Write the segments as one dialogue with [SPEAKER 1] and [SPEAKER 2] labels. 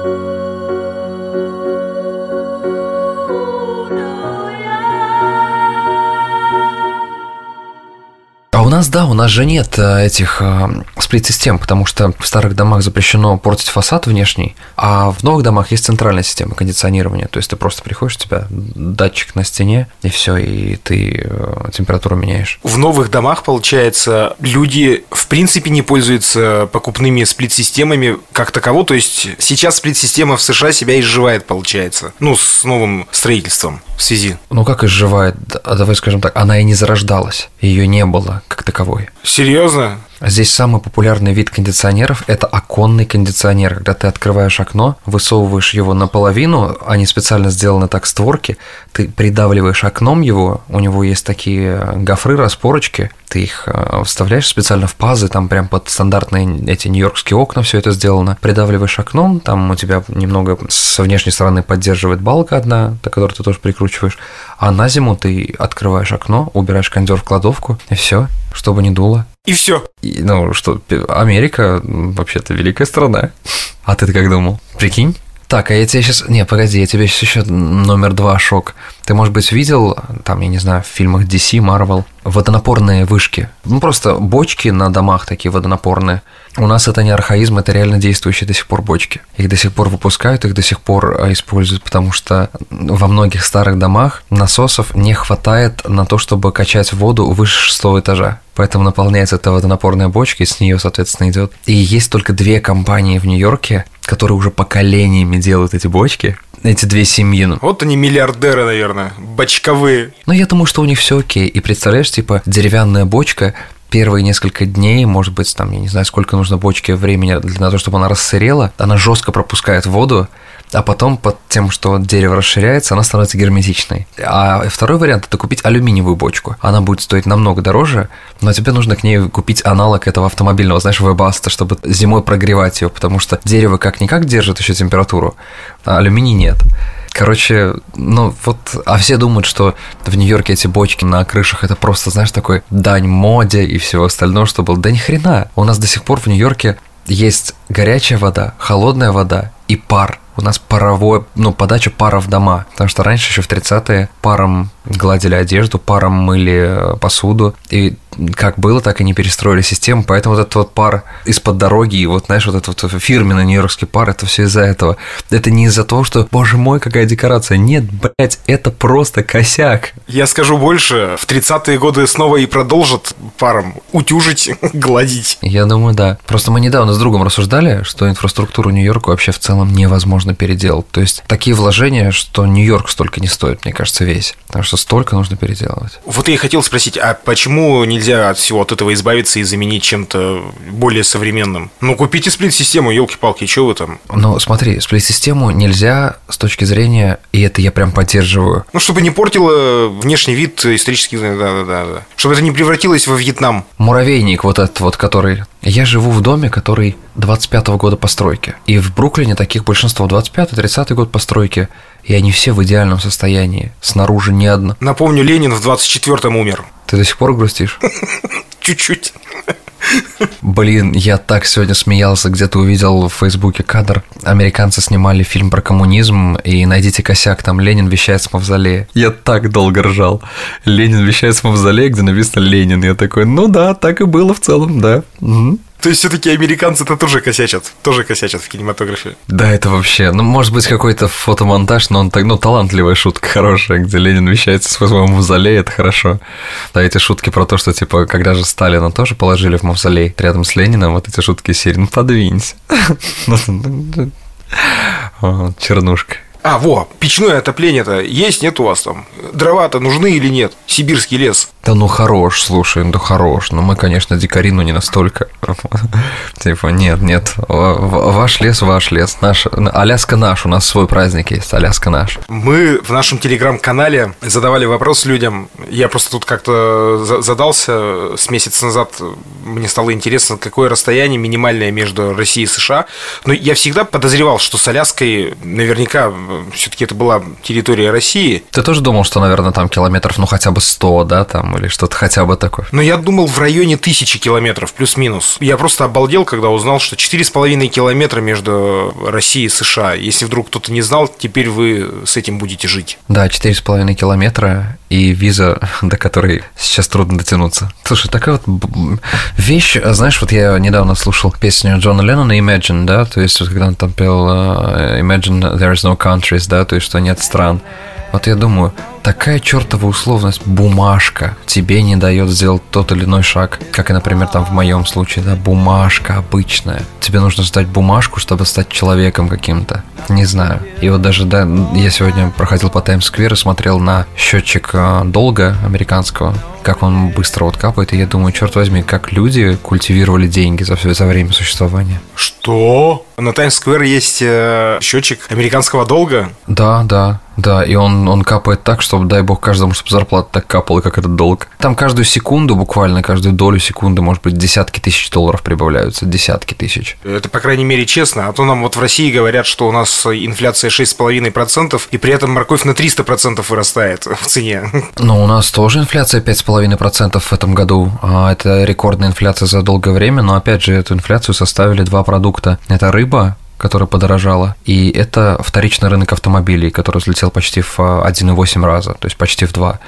[SPEAKER 1] У нас же нет этих сплит-систем, потому что в старых домах запрещено портить фасад внешний, а в новых домах есть центральная система кондиционирования, то есть ты просто приходишь, у тебя датчик на стене, и все, и ты температуру меняешь.
[SPEAKER 2] В новых домах, получается, люди в принципе не пользуются покупными сплит-системами как таково, то есть сейчас сплит-система в США себя изживает, получается, с новым строительством в связи.
[SPEAKER 1] Как изживает? Давай скажем так, она и не зарождалась, ее не было как таковой.
[SPEAKER 2] Серьезно?
[SPEAKER 1] Здесь самый популярный вид кондиционеров – это оконный кондиционер. Когда ты открываешь окно, высовываешь его наполовину, они специально сделаны так, створки, ты придавливаешь окном его, у него есть такие гофры, распорочки, ты их вставляешь специально в пазы, там прям под стандартные эти нью-йоркские окна все это сделано. Придавливаешь окном, там у тебя немного с внешней стороны поддерживает балка одна, которую ты тоже прикручиваешь, а на зиму ты открываешь окно, убираешь кондёр в кладовку, и все, чтобы не дуло.
[SPEAKER 2] И все.
[SPEAKER 1] Америка вообще-то великая страна. А ты как думал? Прикинь? Так, а я тебе сейчас... я тебе сейчас еще номер 2 шок. Ты, может быть, видел, там, я не знаю, в фильмах DC, Marvel, водонапорные вышки. Просто бочки на домах такие водонапорные. У нас это не архаизм, это реально действующие до сих пор бочки. Их до сих пор выпускают, их до сих пор используют, потому что во многих старых домах насосов не хватает на то, чтобы качать воду выше 6-го этажа. Поэтому наполняется эта водонапорная бочка, и с нее, соответственно, идет. И есть только 2 компании в Нью-Йорке, которые уже поколениями делают эти бочки. Эти 2 семьи.
[SPEAKER 2] Вот они миллиардеры, наверное, бочковые.
[SPEAKER 1] Я думаю, что у них все окей. И представляешь, деревянная бочка, первые несколько дней, может быть, там, я не знаю, сколько нужно бочке времени на то, чтобы она рассырела, она жестко пропускает воду, а потом под тем, что дерево расширяется, она становится герметичной. А второй вариант – это купить алюминиевую бочку. Она будет стоить намного дороже, но тебе нужно к ней купить аналог этого автомобильного, знаешь, Webasto, чтобы зимой прогревать ее, потому что дерево как-никак держит еще температуру, а алюминий нет. Короче, а все думают, что в Нью-Йорке эти бочки на крышах это просто, знаешь, такой дань моде и всего остального, что было. Да ни хрена. У нас до сих пор в Нью-Йорке есть горячая вода, холодная вода и пар. У нас подача пара в дома, потому что раньше еще в 30-е паром гладили одежду, паром мыли посуду, и как было, так и не перестроили систему, поэтому этот пар из-под дороги, и этот фирменный нью-йоркский пар, это все из-за этого. Это не из-за того, что, боже мой, какая декорация. Нет, блять, это просто косяк.
[SPEAKER 2] Я скажу больше, в 30-е годы снова и продолжат паром утюжить, гладить.
[SPEAKER 1] Я думаю, да. Просто мы недавно с другом рассуждали, что инфраструктуру Нью-Йорка вообще в целом невозможно переделать. То есть такие вложения, что Нью-Йорк столько не стоит, мне кажется, весь. Потому что столько нужно переделывать.
[SPEAKER 2] Вот я и хотел спросить, а почему нельзя от всего от этого избавиться и заменить чем-то более современным? Купите сплит-систему, елки-палки, что вы там?
[SPEAKER 1] Смотри, сплит-систему нельзя с точки зрения, и это я прям поддерживаю.
[SPEAKER 2] Чтобы не портило внешний вид исторический, да. Чтобы это не превратилось во Вьетнам.
[SPEAKER 1] Муравейник этот который... Я живу в доме, который 25-го года постройки. И в Бруклине таких большинство 25-30-й год постройки. И они все в идеальном состоянии. Снаружи ни одна.
[SPEAKER 2] Напомню, Ленин в 24-м умер.
[SPEAKER 1] Ты до сих пор грустишь?
[SPEAKER 2] Чуть-чуть.
[SPEAKER 1] Блин, я так сегодня смеялся, где-то увидел в Фейсбуке кадр. Американцы снимали фильм про коммунизм, и найдите косяк, там Ленин вещает с мавзолея. Я так долго ржал. Ленин вещает с мавзолея, где написано Ленин. Я такой, да, так и было в целом, да. Угу.
[SPEAKER 2] То есть все-таки американцы-то тоже косячат в кинематографе.
[SPEAKER 1] Да, это вообще, может быть, какой-то фотомонтаж, но он так, талантливая шутка хорошая, где Ленин вещается с своего мавзолея, это хорошо. Да, эти шутки про то, что, когда же Сталина тоже положили в мавзолей рядом с Лениным, вот эти шутки серии, подвинься. Чернушка.
[SPEAKER 2] Печное отопление-то есть, нет у вас там? Дрова-то нужны или нет? Сибирский лес.
[SPEAKER 1] Да хорош, слушай, хорош. Мы, конечно, дикари, но не настолько. Нет. Ваш лес, наш. Аляска наш, у нас свой праздник есть, Аляска наш.
[SPEAKER 2] Мы в нашем телеграм-канале задавали вопрос людям. Я просто тут как-то задался с месяца назад. Мне стало интересно, какое расстояние минимальное между Россией и США. Но я всегда подозревал, что с Аляской наверняка все-таки это была территория России.
[SPEAKER 1] Ты тоже думал, что, наверное, там километров, хотя бы 100, да, там, или что-то хотя бы такое.
[SPEAKER 2] Но я думал в районе 1000 километров, плюс-минус. Я просто обалдел, когда узнал, что 4,5 километра между Россией и США. Если вдруг кто-то не знал, теперь вы с этим будете жить.
[SPEAKER 1] Да, 4,5 километра и виза, до которой сейчас трудно дотянуться. Слушай, такая вот вещь, знаешь, вот я недавно слушал песню Джона Леннона «Imagine», да, то есть вот когда он там пел «Imagine there is no countries», да, то есть что нет стран. Вот я думаю, такая чертова условность, бумажка тебе не дает сделать тот или иной шаг, как и, например, там в моем случае, да, бумажка обычная. Тебе нужно сдать бумажку, чтобы стать человеком каким-то. Не знаю. И вот даже, да, я сегодня проходил по Таймс-скверу и смотрел на счетчик долга американского, как он быстро вот капает, и я думаю, черт возьми, как люди культивировали деньги за все это время существования.
[SPEAKER 2] Что? На Таймс-сквер есть счетчик американского долга?
[SPEAKER 1] Да, и он капает так, чтобы, дай бог, каждому, чтобы зарплата так капала, как этот долг. Там каждую секунду, буквально каждую долю секунды, может быть, десятки тысяч долларов прибавляются, десятки тысяч.
[SPEAKER 2] Это, по крайней мере, честно. А то нам вот в России говорят, что у нас инфляция 6,5%, и при этом морковь на 300% вырастает в цене.
[SPEAKER 1] Но у нас тоже инфляция 5,5% в этом году. Это рекордная инфляция за долгое время, но, опять же, эту инфляцию составили два продукта. Это рыба, которая подорожала, и это вторичный рынок автомобилей, который взлетел почти в 1,8 раза, то есть почти в 2.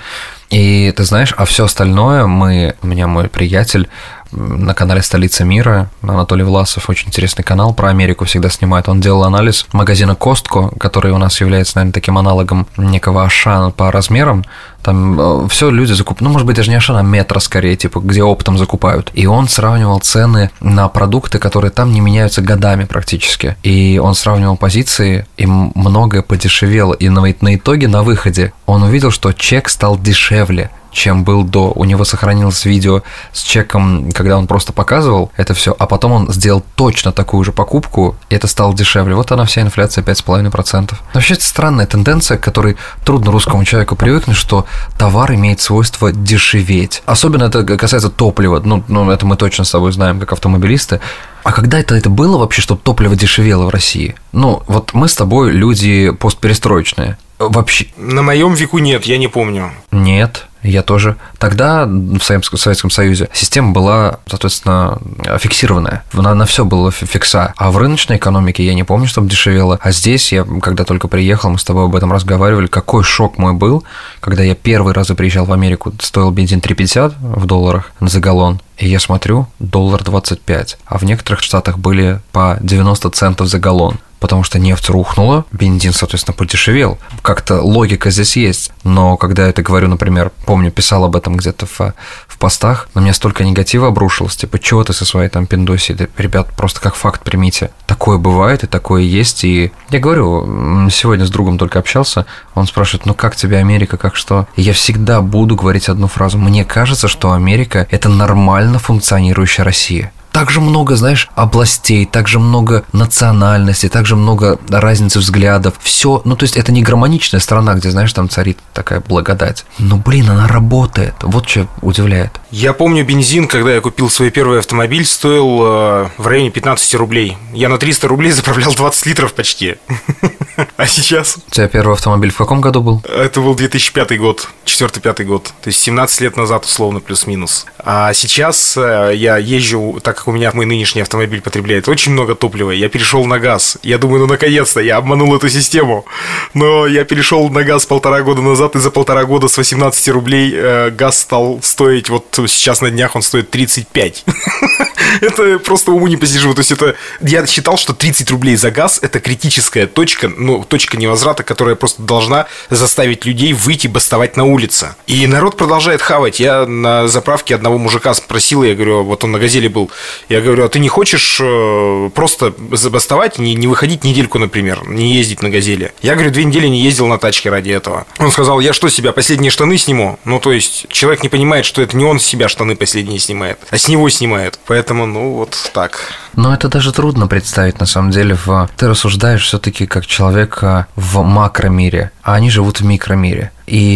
[SPEAKER 1] И ты знаешь, а все остальное у меня мой приятель на канале «Столица мира», Анатолий Власов, очень интересный канал, про Америку всегда снимает. Он делал анализ магазина Costco, который у нас является, наверное, таким аналогом некого Ашана по размерам. Там все люди закупают, ну, может быть, даже не Ашан, а Метро скорее, типа, где оптом закупают. И он сравнивал цены на продукты, которые там не меняются годами практически. И он сравнивал позиции, и многое подешевело. И на итоге, на выходе, он увидел, что чек стал дешевле, чем был до. У него сохранилось видео с чеком, когда он просто показывал это все, а потом он сделал точно такую же покупку, и это стало дешевле. Вот она вся инфляция 5,5%. Вообще, это странная тенденция, к которой трудно русскому человеку привыкнуть, что товар имеет свойство дешеветь. Особенно это касается топлива. Ну, это мы точно с тобой знаем, как автомобилисты. А когда это было вообще, чтобы топливо дешевело в России? Ну, вот мы с тобой люди постперестроечные. Вообще.
[SPEAKER 2] На моем веку нет, я не помню.
[SPEAKER 1] Нет, я тоже. Тогда в Советском Союзе система была, соответственно, фиксированная. На все было фикса. А в рыночной экономике я не помню, чтобы дешевело. А здесь я, когда только приехал, мы с тобой об этом разговаривали, какой шок мой был, когда я первый раз приезжал в Америку, стоил бензин 3,50 в долларах за галлон. И я смотрю, $1.25. А в некоторых штатах были по 90 центов за галлон. Потому что нефть рухнула, бензин, соответственно, подешевел. Как-то логика здесь есть. Но когда я это говорю, например, помню, писал об этом где-то в постах, на меня столько негатива обрушилось. Типа, чего ты со своей там пиндосией? Да, ребят, просто как факт примите. Такое бывает, и такое есть. И я говорю, сегодня с другом только общался, он спрашивает, ну как тебе Америка, как что? И я всегда буду говорить одну фразу. Мне кажется, что Америка – это нормально функционирующая Россия. Так же много, знаешь, областей, так же много национальностей, так же много разницы взглядов. Все, ну, то есть это не гармоничная страна, где, знаешь, там царит такая благодать. Но, блин, она работает. Вот что удивляет.
[SPEAKER 2] Я помню, бензин, когда я купил свой первый автомобиль, стоил в районе 15 рублей. Я на 300 рублей заправлял 20 литров почти. А сейчас?
[SPEAKER 1] У тебя первый автомобиль в каком году был?
[SPEAKER 2] Это был 2005 год, 4-5 год. То есть 17 лет назад, условно, плюс-минус. А сейчас я езжу, так как у меня мой нынешний автомобиль потребляет очень много топлива, я перешел на газ. Я думаю, ну наконец-то, я обманул эту систему. Но я перешел на газ 1,5 года назад, и за 1,5 года с 18 рублей газ стал стоить, вот сейчас на днях он стоит 35. Это просто уму непостижимо. То есть это, я считал, что 30 рублей за газ – это критическая точка, ну, точка невозврата, которая просто должна заставить людей выйти бастовать на улице. И народ продолжает хавать. Я на заправке одного мужика спросил, я говорю, вот он на «Газели» был, я говорю, а ты не хочешь просто забастовать, не выходить недельку, например, не ездить на «Газели»? Я, говорю, 2 недели не ездил на тачке ради этого. Он сказал, я что, себя последние штаны сниму? Ну, то есть, человек не понимает, что это не он с себя штаны последние снимает, а с него снимает. Поэтому, ну, вот так.
[SPEAKER 1] Но это даже трудно представить, на самом деле. Ты рассуждаешь все-таки как человек в макромире, а они живут в микромире. И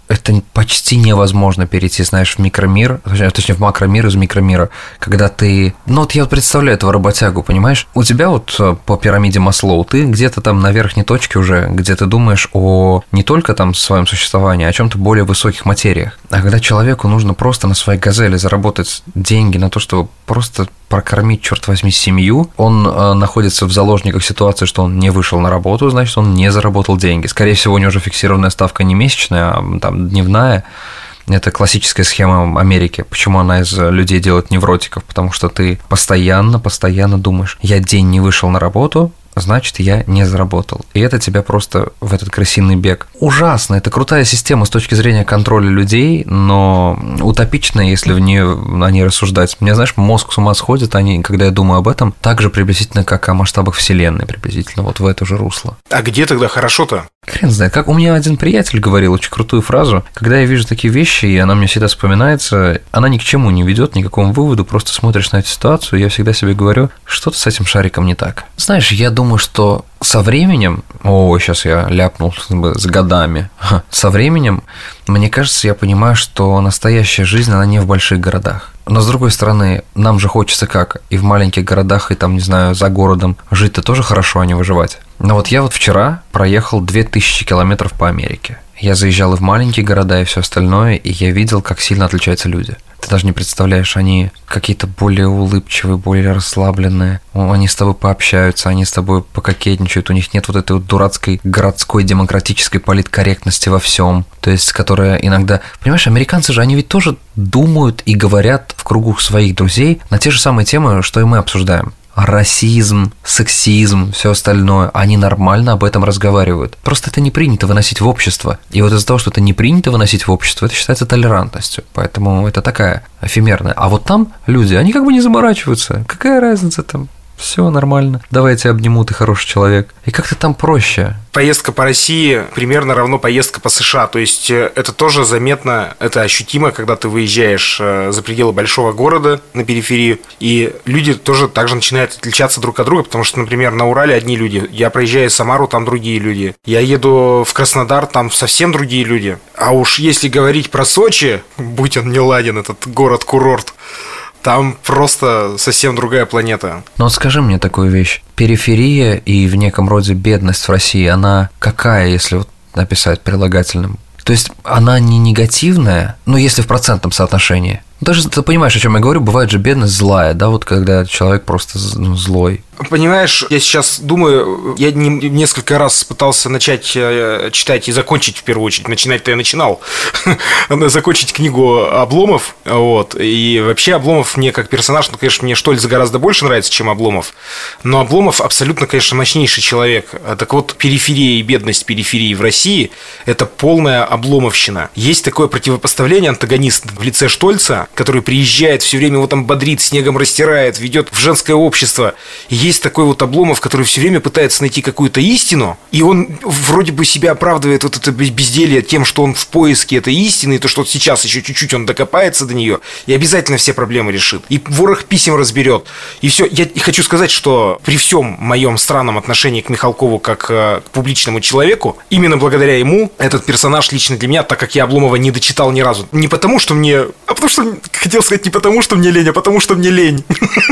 [SPEAKER 1] это почти невозможно перейти, знаешь, в микромир, точнее, в макромир из микромира, когда ты... Ну, вот я вот представляю этого работягу, понимаешь? У тебя вот по пирамиде Маслоу ты где-то там на верхней точке уже, где ты думаешь о не только там своем существовании, а о чем-то более высоких материях. А когда человеку нужно просто на своей газели заработать деньги на то, чтобы просто прокормить, черт возьми, семью, он находится в заложниках ситуации, что он не вышел на работу, значит, он не заработал деньги. Скорее всего, у него уже фиксированная ставка не месячная, а там дневная. Это классическая схема Америки. Почему она из людей делает невротиков? Потому что ты постоянно думаешь, я день не вышел на работу, значит, я не заработал. И это тебя просто в этот крысиный бег. Ужасно. Это крутая система с точки зрения контроля людей, но утопичная, если в нее о ней рассуждать. Мне, знаешь, мозг с ума сходит, когда я думаю об этом, так же приблизительно, как о масштабах Вселенной, приблизительно вот в это же русло.
[SPEAKER 2] А где тогда хорошо-то?
[SPEAKER 1] Хрен знает. Как у меня один приятель говорил очень крутую фразу. Когда я вижу такие вещи, и она мне всегда вспоминается, она ни к чему не ведет, ни к какому выводу, просто смотришь на эту ситуацию, и я всегда себе говорю, что-то с этим шариком не так. Знаешь, я думаю, что со временем, сейчас я ляпнул с годами, со временем, мне кажется, я понимаю, что настоящая жизнь, она не в больших городах. Но, с другой стороны, нам же хочется как? И в маленьких городах, и там, не знаю, за городом жить-то тоже хорошо, а не выживать. Но вот я вот вчера проехал 2000 километров по Америке. Я заезжал и в маленькие города, и все остальное, и я видел, как сильно отличаются люди. Ты даже не представляешь, они какие-то более улыбчивые, более расслабленные. Они с тобой пообщаются, они с тобой пококетничают. У них нет вот этой вот дурацкой городской демократической политкорректности во всем. То есть, которая иногда... Понимаешь, американцы же, они ведь тоже думают и говорят в кругу своих друзей на те же самые темы, что и мы обсуждаем. Расизм, сексизм, все остальное, они нормально об этом разговаривают. Просто это не принято выносить в общество. И вот из-за того, что это не принято выносить в общество, это считается толерантностью. Поэтому это такая эфемерная. А вот там люди, они как бы не заморачиваются. Какая разница там? Все нормально. Давай я тебя обниму, ты хороший человек. И как-то там проще.
[SPEAKER 2] Поездка по России примерно равно поездка по США. То есть это тоже заметно, это ощутимо, когда ты выезжаешь за пределы большого города на периферию, и люди тоже также начинают отличаться друг от друга, потому что, например, на Урале одни люди, я проезжаю Самару, там другие люди, я еду в Краснодар, там совсем другие люди. А уж если говорить про Сочи, будь он не ладен, этот город-курорт, там просто совсем другая планета.
[SPEAKER 1] Но вот скажи мне такую вещь. Периферия и в неком роде бедность в России, она какая, если вот написать прилагательным? То есть она не негативная, но если в процентном соотношении. Даже ты понимаешь, о чем я говорю, бывает же бедность злая, да, вот когда человек просто злой.
[SPEAKER 2] Понимаешь, я сейчас думаю, я несколько раз пытался начать читать и закончить, в первую очередь. Начинать-то я начинал. Закончить книгу Обломов. Вот. И вообще Обломов мне как персонаж, конечно, мне Штольц гораздо больше нравится, чем Обломов. Но Обломов абсолютно, конечно, мощнейший человек. Так вот, периферия и бедность периферии в России – это полная обломовщина. Есть такое противопоставление, антагонист в лице Штольца, который приезжает, все время его там бодрит, снегом растирает, ведет в женское общество. И есть такой вот Обломов, который все время пытается найти какую-то истину, и он вроде бы себя оправдывает вот это безделье тем, что он в поиске этой истины, и то, что вот сейчас еще чуть-чуть он докопается до нее, и обязательно все проблемы решит. И ворох писем разберет. И все. Я хочу сказать, что при всем моем странном отношении к Михалкову как к публичному человеку, именно благодаря ему этот персонаж лично для меня, так как я Обломова не дочитал ни разу. Не потому, что мне... А потому что... Хотел сказать не потому, что мне лень, а потому, что мне лень.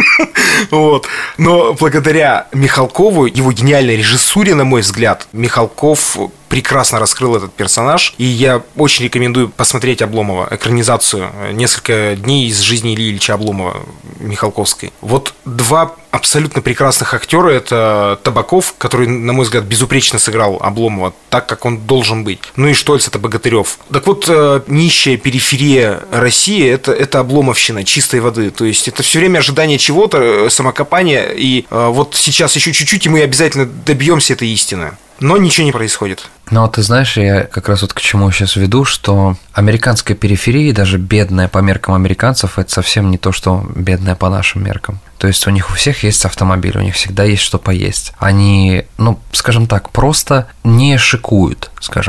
[SPEAKER 2] Вот. Но благодаря Михалкову, его гениальной режиссуре, на мой взгляд, Михалков прекрасно раскрыл этот персонаж, и я очень рекомендую посмотреть Обломова, экранизацию «Несколько дней из жизни Ильи Ильича Обломова» Михалковской. Вот два абсолютно прекрасных актера — это Табаков, который, на мой взгляд, безупречно сыграл Обломова так, как он должен быть. Ну и Штольц — это Богатырев. Так вот, нищая периферия России — это обломовщина чистой воды. То есть это все время ожидание чего-то, самокопание, и вот сейчас еще чуть-чуть, и мы обязательно добьемся этой истины. Но ничего не происходит.
[SPEAKER 1] Ну, ты знаешь, я как раз вот к чему сейчас веду, что американская периферия, даже бедная по меркам американцев, это совсем не то, что бедная по нашим меркам. То есть у них у всех есть автомобиль, у них всегда есть что поесть. Они, скажем так, просто не шикуют, скажем.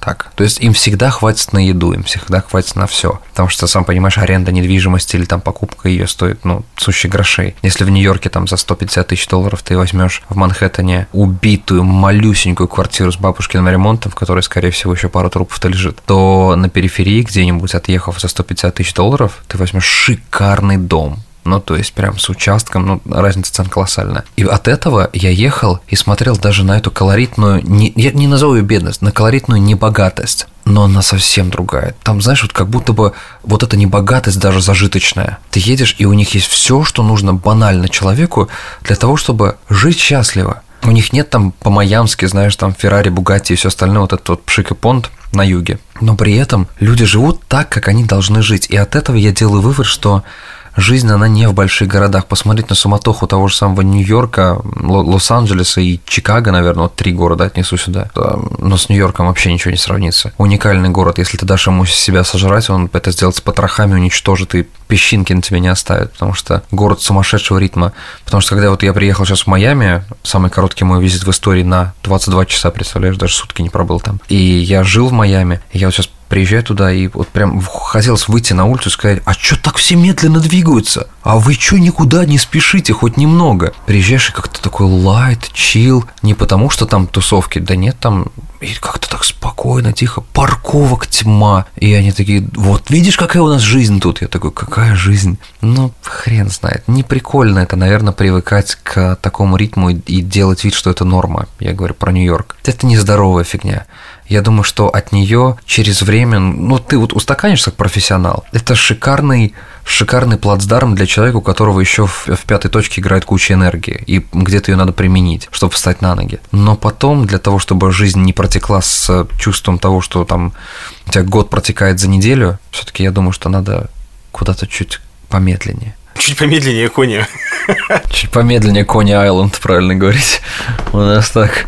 [SPEAKER 1] так. То есть им всегда хватит на еду, им всегда хватит на все. Потому что, сам понимаешь, аренда недвижимости или там покупка ее стоит, сущих грошей. Если в Нью-Йорке там за 150 тысяч долларов ты возьмешь в Манхэттене убитую малюсенькую квартиру с бабушкиным ремонтом, в которой, скорее всего, еще пару трупов-то лежит, то на периферии где-нибудь, отъехав за 150 тысяч долларов, ты возьмешь шикарный дом. То есть прям с участком, разница цен колоссальная. И от этого я ехал и смотрел даже на эту колоритную, я не назову ее бедность, на колоритную небогатость, но она совсем другая. Там, знаешь, вот как будто бы вот эта небогатость даже зажиточная. Ты едешь, и у них есть все, что нужно банально человеку для того, чтобы жить счастливо. У них нет там по-майамски, знаешь, там Феррари, Бугатти и все остальное, вот этот вот пшик и понт на юге. Но при этом люди живут так, как они должны жить. И от этого я делаю вывод, что жизнь, она не в больших городах. Посмотреть на суматоху того же самого Нью-Йорка, Лос-Анджелеса и Чикаго, наверное, вот 3 города отнесу сюда. Но с Нью-Йорком вообще ничего не сравнится. Уникальный город. Если ты дашь ему себя сожрать, он это сделает с потрохами, уничтожит, и песчинки на тебе не оставит. Потому что город сумасшедшего ритма. Потому что когда вот я приехал сейчас в Майами, самый короткий мой визит в истории на 22 часа, представляешь, даже сутки не пробыл там. И я жил в Майами, и я вот сейчас приезжаю туда, и вот прям хотелось выйти на улицу и сказать: а чё так все медленно двигаются? А вы чё никуда не спешите хоть немного? Приезжаешь, и как-то такой лайт, чил, не потому что там тусовки, да нет, там и как-то так спокойно, тихо, парковок тьма. И они такие: вот видишь, какая у нас жизнь тут? Я такой: какая жизнь? Хрен знает. Не прикольно это, наверное, привыкать к такому ритму и делать вид, что это норма. Я говорю про Нью-Йорк. Это нездоровая фигня. Я думаю, что от нее через время, ты вот устаканишься как профессионал. Это шикарный плацдарм для человека, у которого еще в 5-й точке играет куча энергии, и где-то ее надо применить, чтобы встать на ноги. Но потом, для того, чтобы жизнь не протекла с чувством того, что там у тебя год протекает за неделю, все-таки я думаю, что надо куда-то чуть помедленнее.
[SPEAKER 2] Чуть помедленнее, Кони.
[SPEAKER 1] Чуть помедленнее, Кони Айленд, правильно говорить. У нас так.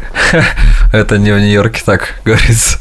[SPEAKER 1] Это не в Нью-Йорке так говорится.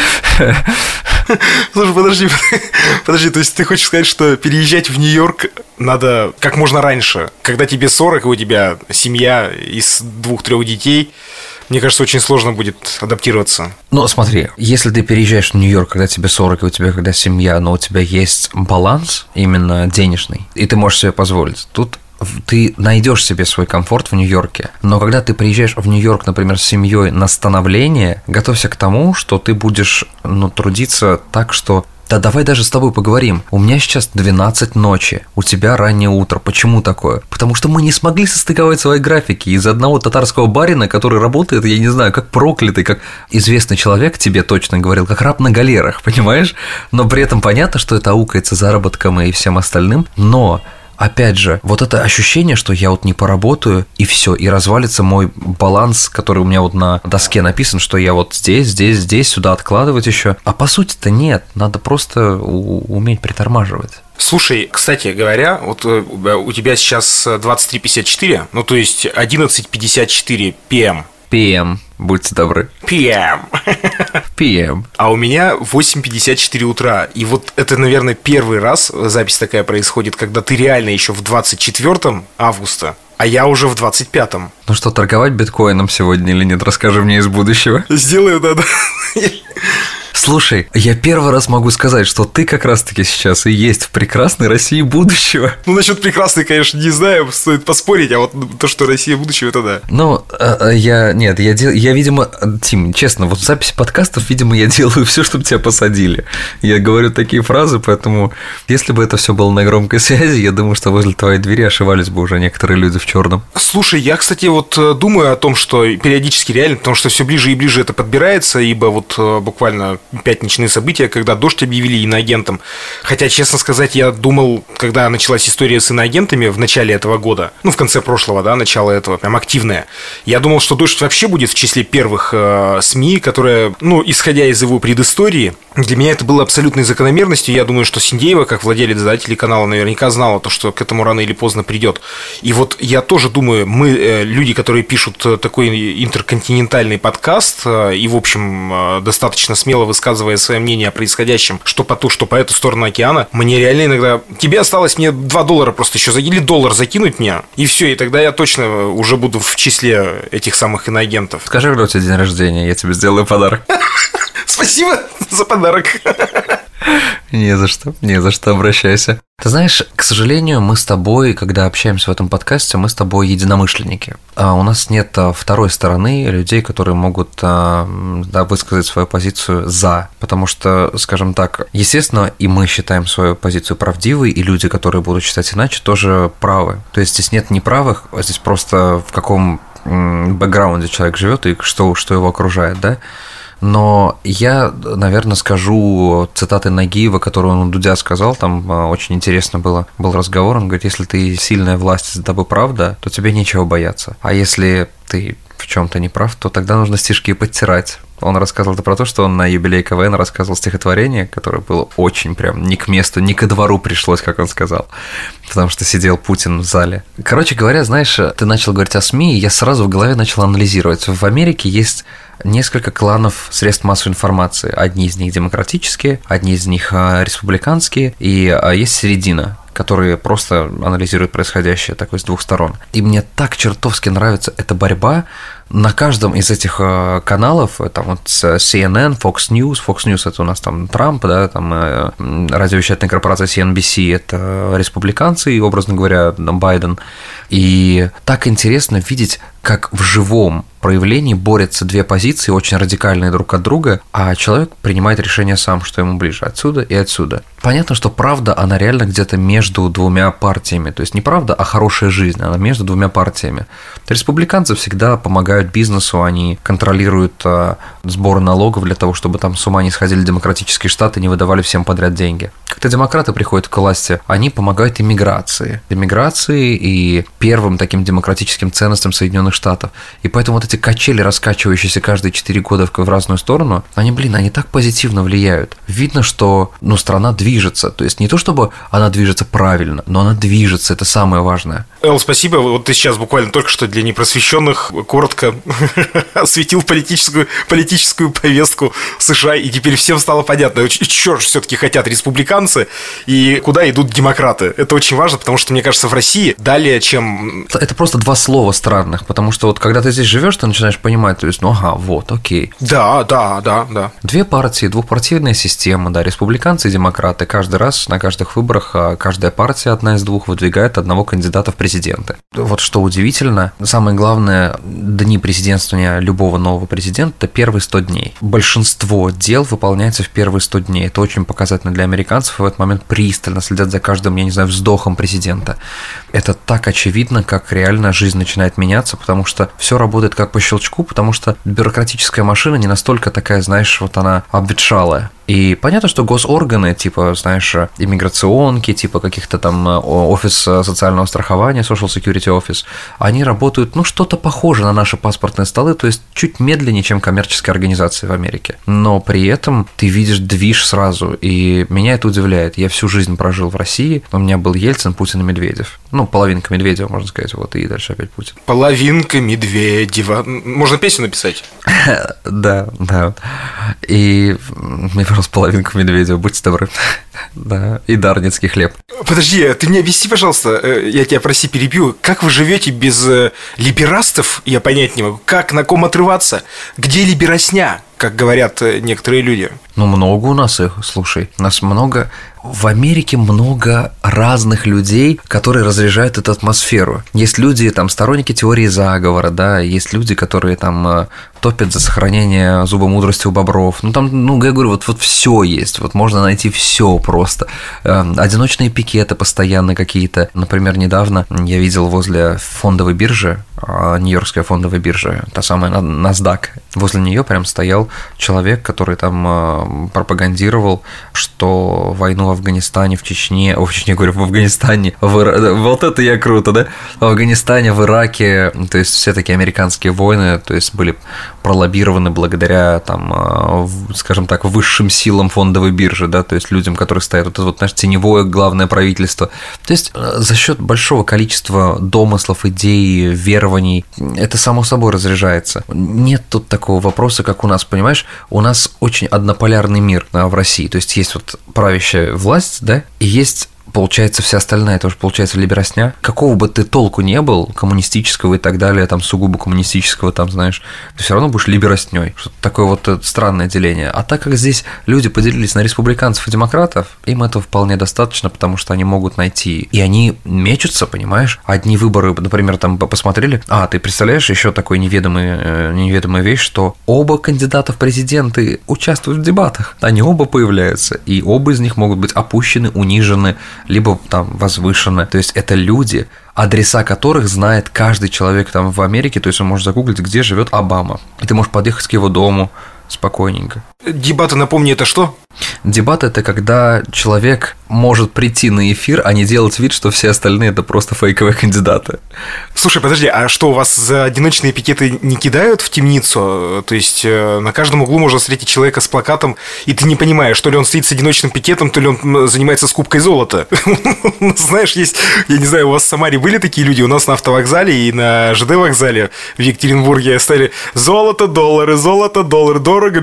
[SPEAKER 2] Слушай, подожди, то есть ты хочешь сказать, что переезжать в Нью-Йорк надо как можно раньше, когда тебе 40, и у тебя семья из 2-3 детей? Мне кажется, очень сложно будет адаптироваться.
[SPEAKER 1] Смотри, если ты переезжаешь в Нью-Йорк, когда тебе 40, и у тебя когда семья, но у тебя есть баланс именно денежный, и ты можешь себе позволить, тут ты найдешь себе свой комфорт в Нью-Йорке. Но когда ты приезжаешь в Нью-Йорк, например, с семьей на становление, готовься к тому, что ты будешь трудиться так, что да давай даже с тобой поговорим. У меня сейчас 12 ночи, у тебя раннее утро. Почему такое? Потому что мы не смогли состыковать свои графики из-за одного татарского барина, который работает, я не знаю, как проклятый, как известный человек, тебе точно говорил, как раб на галерах, понимаешь? Но при этом понятно, что это аукается заработком и всем остальным, но... Опять же, вот это ощущение, что я вот не поработаю, и все, и развалится мой баланс, который у меня вот на доске написан, что я вот здесь, сюда откладывать еще. А по сути-то нет, надо просто уметь притормаживать.
[SPEAKER 2] Слушай, кстати говоря, вот у тебя сейчас 23:54, то есть 11:54 PM.
[SPEAKER 1] PM, будьте добры.
[SPEAKER 2] PM. А у меня 8:54 утра. И вот это, наверное, первый раз запись такая происходит, когда ты реально еще в 24 августа, а я уже в 25-м.
[SPEAKER 1] Ну что, торговать биткоином сегодня или нет? Расскажи мне из будущего.
[SPEAKER 2] Сделаю, да.
[SPEAKER 1] Слушай, я первый раз могу сказать, что ты как раз-таки сейчас и есть в прекрасной России будущего.
[SPEAKER 2] Насчет прекрасной, конечно, не знаю, стоит поспорить, а вот то, что Россия будущего, это да.
[SPEAKER 1] Я, видимо, Тим, честно, вот в записи подкастов, видимо, я делаю все, чтобы тебя посадили. Я говорю такие фразы, поэтому, если бы это все было на громкой связи, я думаю, что возле твоей двери ошивались бы уже некоторые люди в черном.
[SPEAKER 2] Слушай, я, кстати, вот думаю о том, что периодически реально, потому что все ближе и ближе это подбирается, ибо вот буквально пятничные события, когда дождь объявили иноагентом. Хотя, честно сказать, я думал, когда началась история с иноагентами в начале этого года, в конце прошлого, да, начало этого, прям активное, я думал, что дождь вообще будет в числе первых СМИ, которые, исходя из его предыстории, для меня это было абсолютной закономерностью. Я думаю, что Синдеева, как владелец, да, телеканала, наверняка знала то, что к этому рано или поздно придет. И вот я тоже думаю, мы, люди, которые пишут такой интерконтинентальный подкаст и, в общем, достаточно смело высказывая свое мнение о происходящем, что по ту, что по эту сторону океана, мне реально иногда... Тебе осталось мне $2 просто еще или $1 закинуть мне, и все, и тогда я точно уже буду в числе этих самых иноагентов.
[SPEAKER 1] Скажи, когда у тебя день рождения, я тебе сделаю подарок.
[SPEAKER 2] Спасибо за подарок.
[SPEAKER 1] Не за что, обращайся. Ты знаешь, к сожалению, мы с тобой, когда общаемся в этом подкасте, мы с тобой единомышленники. А у нас нет второй стороны людей, которые могут высказать свою позицию «за». Потому что, скажем так, естественно, и мы считаем свою позицию правдивой, и люди, которые будут считать иначе, тоже правы. То есть здесь нет неправых, а здесь просто в каком бэкграунде человек живет и что его окружает, да? Но я, наверное, скажу цитаты Нагиева, которую он у Дудя сказал, там очень интересно был разговор, он говорит, если ты сильная власть, за тобой правда, то тебе нечего бояться, а если ты в чем-то не прав, то тогда нужно стишки подтирать. Он рассказывал про то, что он на юбилей КВН рассказывал стихотворение, которое было очень прям не к месту, не ко двору пришлось, как он сказал, потому что сидел Путин в зале. Короче говоря, знаешь, ты начал говорить о СМИ, и я сразу в голове начал анализировать. В Америке есть несколько кланов средств массовой информации. Одни из них демократические, одни из них республиканские, и есть середина, которые просто анализируют происходящее такое с двух сторон. И мне так чертовски нравится эта борьба. На каждом из этих каналов, там вот CNN, Fox News это у нас там Трамп, да, там радиовещательная корпорация CNBC, это республиканцы, и, образно говоря, Байден. И так интересно видеть, как в живом проявлении борются две позиции, очень радикальные друг от друга, а человек принимает решение сам, что ему ближе, отсюда и отсюда. Понятно, что правда, она реально где-то между двумя партиями, то есть не правда, а хорошая жизнь, она между двумя партиями. Республиканцы всегда помогают бизнесу, они контролируют сбор налогов для того, чтобы там с ума не сходили демократические штаты, не выдавали всем подряд деньги. Когда демократы приходят к власти, они помогают иммиграции и первым таким демократическим ценностям Соединенных Штатов. И поэтому вот эти качели, раскачивающиеся каждые 4 года в разную сторону, они так позитивно влияют. Видно, что страна движется. То есть не то, чтобы она движется правильно, но она движется, это самое важное.
[SPEAKER 2] Эл, спасибо. Вот ты сейчас буквально только что для непросвещенных коротко осветил политическую повестку США, и теперь всем стало понятно, что же все-таки хотят республиканцы и куда идут демократы. Это очень важно, потому что, мне кажется, в России далее, чем...
[SPEAKER 1] Это просто два слова странных, потому что вот когда ты здесь живешь, ты начинаешь понимать, то есть, вот, окей.
[SPEAKER 2] Да.
[SPEAKER 1] Две партии, двухпартийная система, да, республиканцы и демократы. Каждый раз на каждых выборах каждая партия, одна из двух, выдвигает одного кандидата в президенты. Вот что удивительно, самое главное, дни президентствования любого нового президента – это первые 100 дней. Большинство дел выполняется в первые 100 дней. Это очень показательно для американцев, и в этот момент пристально следят за каждым, вздохом президента. Это так очевидно, как реально жизнь начинает меняться, потому что все работает как по щелчку, потому что бюрократическая машина не настолько такая, вот она обветшалая. И понятно, что госорганы, иммиграционки, каких-то там офис социального страхования, Social Security Office, они работают, что-то похоже на наши паспортные столы, то есть чуть медленнее, чем коммерческие организации в Америке. Но при этом ты видишь движ сразу, и меня это удивляет. Я всю жизнь прожил в России, у меня был Ельцин, Путин и Медведев. Половинка Медведева, можно сказать, и дальше опять Путин.
[SPEAKER 2] Половинка Медведева. Можно песню написать?
[SPEAKER 1] Да. И мне просто половинку Медведева, будьте добры. Да, и дарницкий хлеб.
[SPEAKER 2] Подожди, ты мне объясни, пожалуйста, я тебя, прости, перебью, как вы живете без либерастов, я понять не могу, как, на ком отрываться, где либеросня, как говорят некоторые люди?
[SPEAKER 1] Много у нас их, слушай, нас много. В Америке много разных людей, которые разряжают эту атмосферу. Есть люди, сторонники теории заговора, да, есть люди, которые топят за сохранение зубомудрости у бобров. Я говорю, вот все есть, можно найти все просто. Одиночные пикеты постоянно какие-то. Например, недавно я видел возле фондовой биржи, Нью-Йоркская фондовая биржа, та самая NASDAQ, возле нее прям стоял человек, который там пропагандировал, что войну в Афганистане, в Афганистане, вот это я круто, да? В Афганистане, в Ираке, то есть все такие американские войны, то есть были пролоббированы благодаря, скажем так, высшим силам фондовой биржи, да, то есть людям, которые стоят, теневое главное правительство. То есть за счет большого количества домыслов, идей, верований, это само собой разряжается. Нет тут такого вопроса, как у нас, понимаешь? У нас очень однополярный мир в России, то есть есть правящая власть, да, и есть получается, вся остальная тоже получается либерасня. Какого бы ты толку не был, коммунистического и так далее, там сугубо коммунистического, там, знаешь, ты все равно будешь либерасней. Что-то такое вот странное деление. А так как здесь люди поделились на республиканцев и демократов, им этого вполне достаточно, потому что они могут найти. И они мечутся, понимаешь? Одни выборы, например, там посмотрели. Ты представляешь, еще такой неведомая вещь, что оба кандидата в президенты участвуют в дебатах. Они оба появляются, и оба из них могут быть опущены, унижены, либо там возвышены. То есть это люди, адреса которых знает каждый человек там в Америке. То есть он может загуглить, где живет Обама. И ты можешь подъехать к его дому спокойненько.
[SPEAKER 2] Дебаты, напомни, это что?
[SPEAKER 1] Дебаты – это когда человек может прийти на эфир, а не делать вид, что все остальные – это просто фейковые кандидаты.
[SPEAKER 2] Слушай, подожди, а что, у вас за одиночные пикеты не кидают в темницу? То есть на каждом углу можно встретить человека с плакатом, и ты не понимаешь, то ли он стоит с одиночным пикетом, то ли он занимается скупкой золота. Знаешь, есть, я не знаю, у вас в Самаре были такие люди? У нас на автовокзале и на ЖД вокзале в Екатеринбурге стояли: золото, доллары, дорого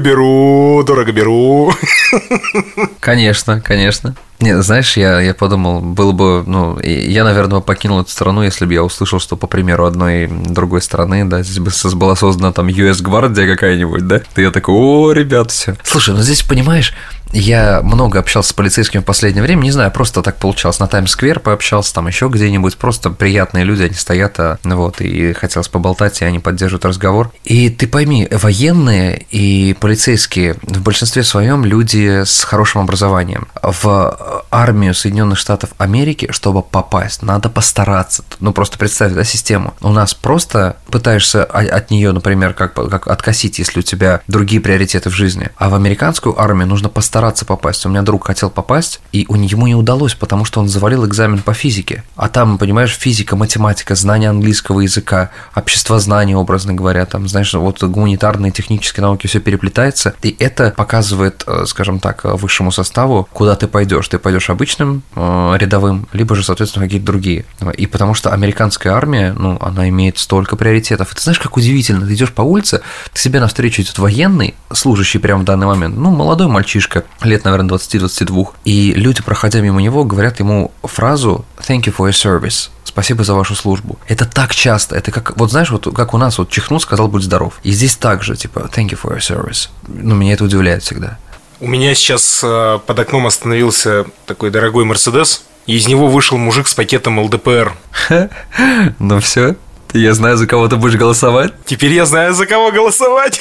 [SPEAKER 2] беру.
[SPEAKER 1] Конечно. Не, знаешь, я подумал, было бы, я, наверное, покинул эту страну, если бы я услышал, что, по примеру, одной другой страны, да, здесь бы была создана там US-гвардия какая-нибудь, да, то я такой: о, ребят, все. Слушай, здесь, понимаешь, я много общался с полицейскими в последнее время, не знаю, просто так получалось, на Таймс-сквер пообщался, там еще где-нибудь, просто приятные люди, они стоят, и хотелось поболтать, и они поддерживают разговор. И ты пойми, военные и полицейские в большинстве своем люди с хорошим образованием. В армию Соединенных Штатов Америки, чтобы попасть, надо постараться. Просто представь, да, систему. У нас просто пытаешься от нее, например, как откосить, если у тебя другие приоритеты в жизни. А в американскую армию нужно постараться попасть. У меня друг хотел попасть, и ему не удалось, потому что он завалил экзамен по физике. А там, понимаешь, физика, математика, знание английского языка, обществознание, образно говоря, там, знаешь, вот гуманитарные, технические науки, все переплетается, и это показывает, скажем так, высшему составу, куда ты пойдешь. Ты пойдешь обычным, рядовым, либо же, соответственно, какие-то другие. И потому что американская армия, она имеет столько приоритетов. И ты знаешь, как удивительно, ты идешь по улице, ты себе навстречу идет военный, служащий прямо в данный момент, молодой мальчишка, лет, наверное, 20-22, и люди, проходя мимо него, говорят ему фразу «Thank you for your service». Спасибо за вашу службу. Это так часто. Это как, вот знаешь, вот как у нас, вот чихнул, сказал «будь здоров». И здесь также, типа «Thank you for your service». Меня это удивляет всегда.
[SPEAKER 2] У меня сейчас под окном остановился такой дорогой Мерседес, и из него вышел мужик с пакетом ЛДПР.
[SPEAKER 1] Ну все, я знаю, за кого ты будешь голосовать.
[SPEAKER 2] Теперь я знаю, за кого голосовать.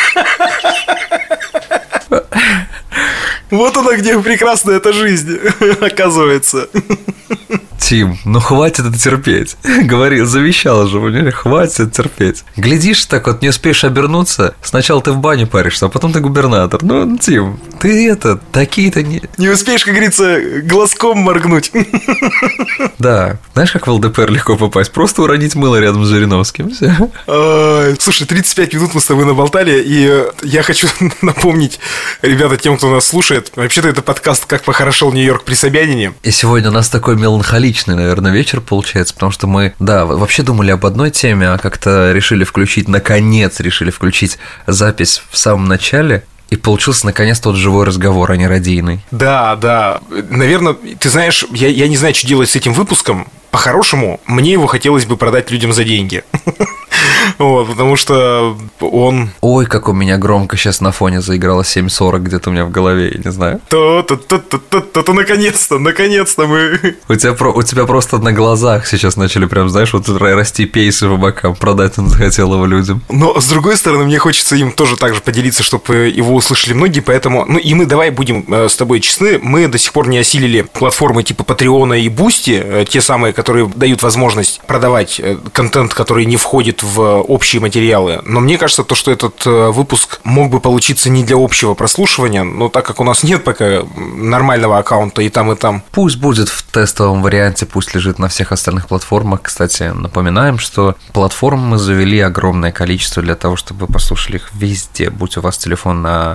[SPEAKER 2] Вот она, где прекрасна эта жизнь, оказывается.
[SPEAKER 1] Тим, хватит это терпеть. Говорил, завещал же, хватит это терпеть. Глядишь, так вот не успеешь обернуться, сначала ты в бане паришься, а потом ты губернатор. Тим, ты такие-то не...
[SPEAKER 2] Не успеешь, как говорится, глазком моргнуть.
[SPEAKER 1] Да, знаешь, как в ЛДПР легко попасть? Просто уронить мыло рядом с Жириновским, все.
[SPEAKER 2] Слушай, 35 минут мы с тобой наболтали, и я хочу напомнить, ребята, тем, кто нас слушает, вообще-то это подкаст «Как похорошел Нью-Йорк при Собянине».
[SPEAKER 1] И сегодня у нас такой меланхоличный, наверное, вечер получается, потому что мы, вообще думали об одной теме, а как-то наконец решили включить запись в самом начале, и получился наконец тот живой разговор, а не радийный.
[SPEAKER 2] Да. Наверное, ты знаешь, я не знаю, что делать с этим выпуском. По-хорошему, мне его хотелось бы продать людям за деньги. Потому что он...
[SPEAKER 1] Ой, как у меня громко сейчас на фоне заиграло 7:40 где-то у меня в голове, я не знаю.
[SPEAKER 2] То-то, наконец-то мы...
[SPEAKER 1] У тебя просто на глазах сейчас начали прям, знаешь, вот расти пейсы по бокам, продать он захотел его людям.
[SPEAKER 2] Но, с другой стороны, мне хочется им тоже так же поделиться, чтобы его услышали многие, поэтому... и мы давай будем с тобой честны, мы до сих пор не осилили платформы типа Патреона и Бусти, те самые, которые дают возможность продавать контент, который не входит в общие материалы. Но мне кажется, что этот выпуск мог бы получиться не для общего прослушивания, но так как у нас нет пока нормального аккаунта и там, и там.
[SPEAKER 1] Пусть будет в тестовом варианте, пусть лежит на всех остальных платформах. Кстати, напоминаем, что платформ мы завели огромное количество для того, чтобы вы послушали их везде. Будь у вас телефон на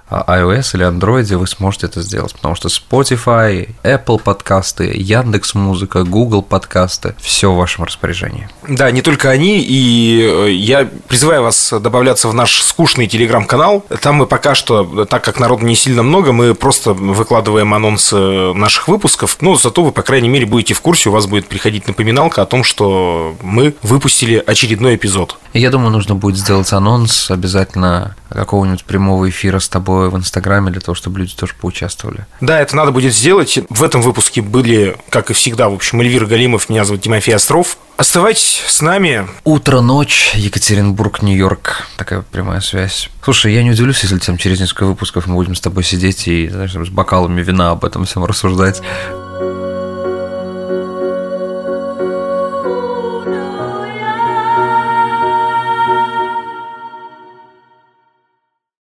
[SPEAKER 1] iOS или Android вы сможете это сделать, потому что Spotify, Apple подкасты, Яндекс.Музыка, Google подкасты – все в вашем распоряжении.
[SPEAKER 2] Да, не только они, и я призываю вас добавляться в наш скучный телеграм-канал. Там мы пока что, так как народу не сильно много, мы просто выкладываем анонсы наших выпусков, но зато вы, по крайней мере, будете в курсе, у вас будет приходить напоминалка о том, что мы выпустили очередной эпизод.
[SPEAKER 1] Я думаю, нужно будет сделать анонс обязательно какого-нибудь прямого эфира с тобой в Инстаграме для того, чтобы люди тоже поучаствовали.
[SPEAKER 2] Да, это надо будет сделать. В этом выпуске были, как и всегда, в общем, Эльвира Галимов, меня зовут Тимофей Остров. Оставайтесь с нами.
[SPEAKER 1] Утро, ночь, Екатеринбург, Нью-Йорк. Такая прямая связь. Слушай, я не удивлюсь, если там через несколько выпусков мы будем с тобой сидеть и, знаешь, с бокалами вина об этом всем рассуждать.